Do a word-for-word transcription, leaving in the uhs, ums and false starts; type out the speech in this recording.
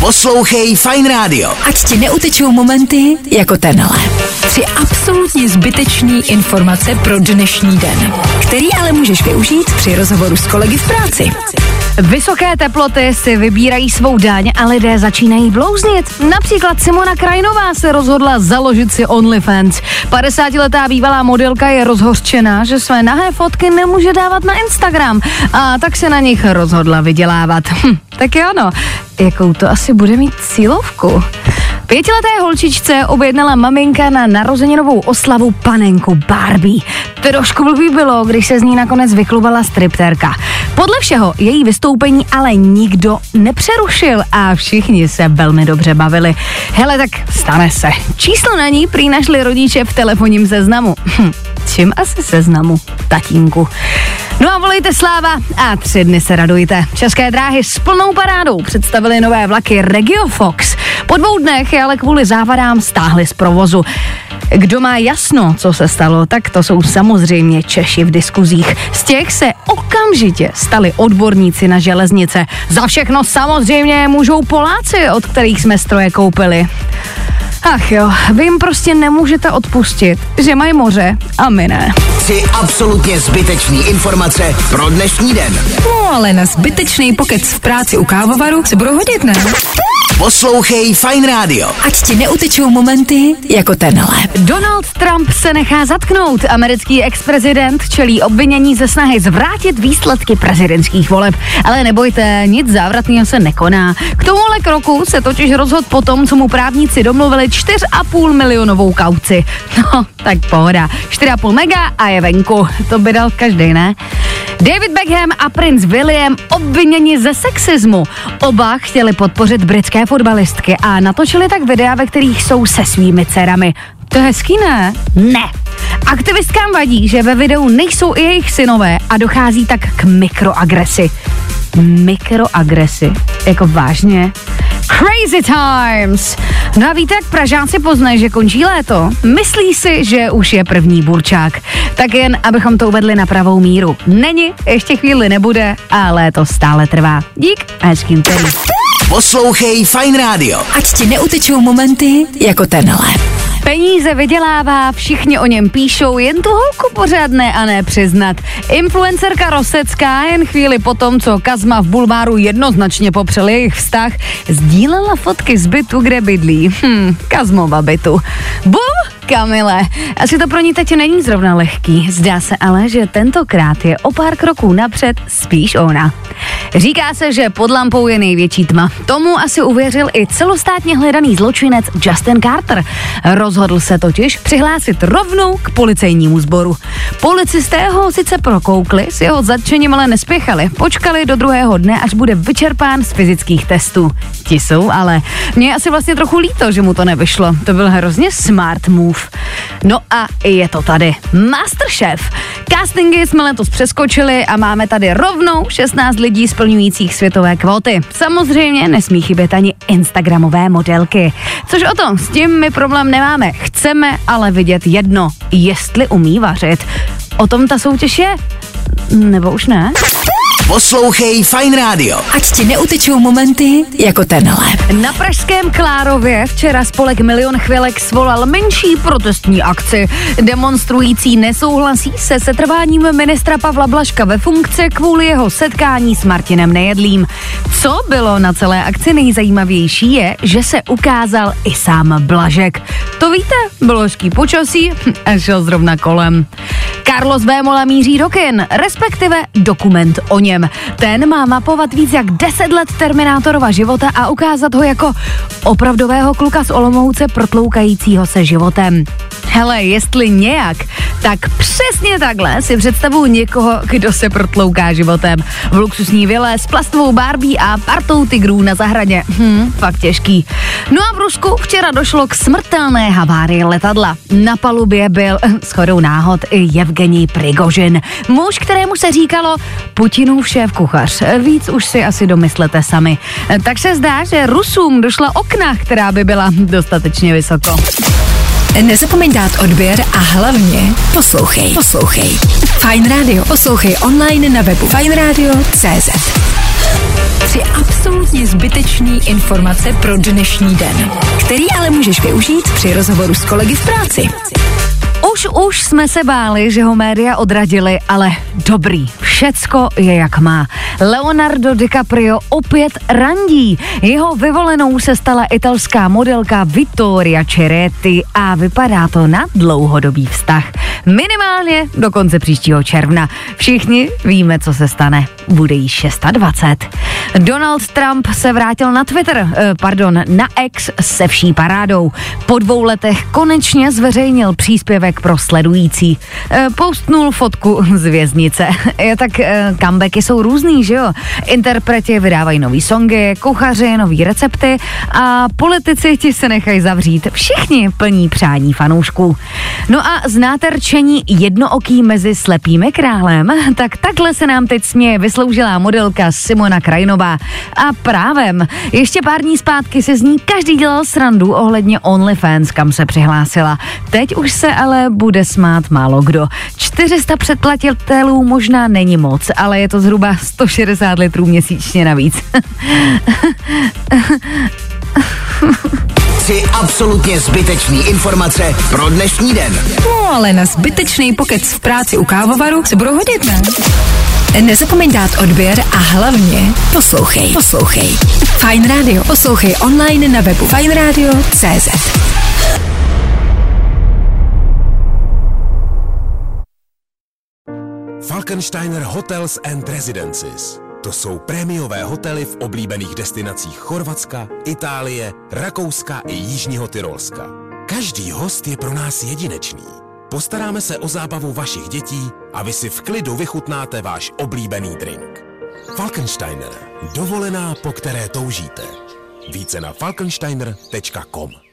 Poslouchej Fajn rádio. Ať ti neutečou momenty jako tenhle. Tři absolutně zbytečný informace pro dnešní den, který ale můžeš využít při rozhovoru s kolegy v práci. Vysoké teploty si vybírají svou daň a lidé začínají blouznit. Například Simona Krajnová se rozhodla založit si OnlyFans. padesátiletá bývalá modelka je rozhořčená, že své nahé fotky nemůže dávat na Instagram a tak se na nich rozhodla vydělávat. Hm, tak jo no, jakou to asi bude mít cílovku? Pětileté holčičce objednala maminka na narozeninovou oslavu panenku Barbie. Trošku blbý bylo, když se z ní nakonec vyklubala striptérka. Podle všeho její vystoupení ale nikdo nepřerušil a všichni se velmi dobře bavili. Hele, tak stane se. Číslo na ní prý našli rodiče v telefonním seznamu. Hm, čím asi seznamu? Tatínku. No a volejte sláva a tři dny se radujte. České dráhy s plnou parádou představili nové vlaky RegioFox. Po dvou dnech je ale kvůli závadám stáhli z provozu. Kdo má jasno, co se stalo, tak to jsou samozřejmě Češi v diskuzích. Z těch se okamžitě stali odborníci na železnice. Za všechno samozřejmě můžou Poláci, od kterých jsme stroje koupili. Ach jo, vy jim prostě nemůžete odpustit, že mají moře a my ne. Tři absolutně zbytečný informace pro dnešní den. No ale na zbytečný pokec v práci u kávovaru se budou hodit, ne? Poslouchej Fajn rádio. Ať ti neutečou momenty jako tenhle. Donald Trump se nechá zatknout. Americký ex-prezident čelí obvinění ze snahy zvrátit výsledky prezidentských voleb. Ale nebojte, nic závratného se nekoná. K tomuhle kroku se totiž rozhodl po tom, co mu právníci domluvili čtyři a půl milionovou kauci. No, tak pohoda. čtyři a půl mega a je venku. To by dal každý, ne? David Beckham a princ William obviněni ze sexismu. Oba chtěli podpořit britské fotbalistky a natočili tak videa, ve kterých jsou se svými dcerami. To je hezký, ne? Ne. Aktivistkám vadí, že ve videu nejsou i jejich synové a dochází tak k mikroagresi. Mikroagresi? Jako vážně? Crazy times! No a víte, jak Pražáci poznají, že končí léto? Myslí si, že už je první burčák. Tak jen, abychom to uvedli na pravou míru. Není, ještě chvíli nebude a léto stále trvá. Dík a hezký úterý. Poslouchej Fajn rádio. Ať ti neutečou momenty jako tenhle. Peníze vydělává, všichni o něm píšou, jen tu holku pořádné a ne přiznat. Influencerka Rosecká jen chvíli potom, co Kazma v Bulváru jednoznačně popřel jejich vztah, sdílela fotky z bytu, kde bydlí. Hm, Kazmova bytu. Bum! Kamile, asi to pro ní teď není zrovna lehký. Zdá se ale, že tentokrát je o pár kroků napřed spíš ona. Říká se, že pod lampou je největší tma. Tomu asi uvěřil i celostátně hledaný zločinec Justin Carter. Rozhodl se totiž přihlásit rovnou k policejnímu sboru. Policisté ho sice prokoukli, s jeho zatčením ale nespěchali. Počkali do druhého dne, až bude vyčerpán z fyzických testů. Ti jsou, ale mě je asi vlastně trochu líto, že mu to nevyšlo. To byl hrozně smart move. No a je to tady. Masterchef. Castingy jsme letos přeskočili a máme tady rovnou šestnáct lidí splňujících světové kvóty. Samozřejmě nesmí chybět ani instagramové modelky. Což o tom, s tím my problém nemáme. Chceme ale vidět jedno, jestli umí vařit. O tom ta soutěž je? Nebo už ne? Poslouchej Fajn rádio. Ať ti neutečou momenty jako tenhle. Na pražském Klárově včera spolek Milion chvilek svolal menší protestní akci. Demonstrující nesouhlasí se setrváním ministra Pavla Blažka ve funkci kvůli jeho setkání s Martinem Nejedlým. Co bylo na celé akci nejzajímavější je, že se ukázal i sám Blažek. To víte, bylo hezký počasí a šel zrovna kolem. Carlos Vémola míří do kin, respektive dokument o něm. Ten má mapovat víc jak deset let Terminátorova života a ukázat ho jako opravdového kluka z Olomouce protloukajícího se životem. Hele, jestli nějak, tak přesně takhle si představuji někoho, kdo se protlouká životem. V luxusní vile s plastovou Barbie a partou tigrů na zahradě. Hm, fakt těžký. No a v Rusku včera došlo k smrtelné havárii letadla. Na palubě byl shodou náhod i Jevgenij Prigožin. Muž, kterému se říkalo Putinův šéf kuchař. Víc už si asi domyslete sami. Tak se zdá, že Rusům došla okna, která by byla dostatečně vysoko. Nezapomeň dát odběr a hlavně poslouchej. Poslouchej. Fajn rádio. Poslouchej online na webu fajn rádio tečka cé zet. Tři absolutně zbytečný informace pro dnešní den, který ale můžeš využít při rozhovoru s kolegy v práci. Už, už jsme se báli, že ho média odradili, ale dobrý, všecko je jak má. Leonardo DiCaprio opět randí. Jeho vyvolenou se stala italská modelka Vittoria Ceretti a vypadá to na dlouhodobý vztah. Minimálně do konce příštího června. Všichni víme, co se stane. Bude jí dvacet šest. Donald Trump se vrátil na Twitter, eh, pardon, na X se vší parádou. Po dvou letech konečně zveřejnil příspěvek pro sledující. E, postnul fotku z věznice. Je tak e, comebacky jsou různý, že jo? Interpreti vydávají nový songy, kuchaři nový recepty a politici ti se nechají zavřít. Všichni plní přání fanoušků. No a znáte rčení jednooký mezi slepými králem? Tak takhle se nám teď směje vysloužilá modelka Simona Krajinová. A právem. Ještě pár dní zpátky se z ní každý dělal srandu ohledně OnlyFans, kam se přihlásila. Teď už se ale bude smát málo kdo. čtyři sta předplatitelů možná není moc, ale je to zhruba sto šedesát litrů měsíčně navíc. Tři absolutně zbytečný informace pro dnešní den. No ale na zbytečný pokec v práci u kávovaru se budou hodit, ne? Nezapomeň dát odběr a hlavně poslouchej. Poslouchej. Fajn Radio. Poslouchej online na webu fajn radio tečka cé zet. Falkensteiner Hotels and Residences. To jsou prémiové hotely v oblíbených destinacích Chorvatska, Itálie, Rakouska i Jižního Tyrolska. Každý host je pro nás jedinečný. Postaráme se o zábavu vašich dětí a vy si v klidu vychutnáte váš oblíbený drink. Falkensteiner. Dovolená, po které toužíte. Více na falkensteiner tečka com.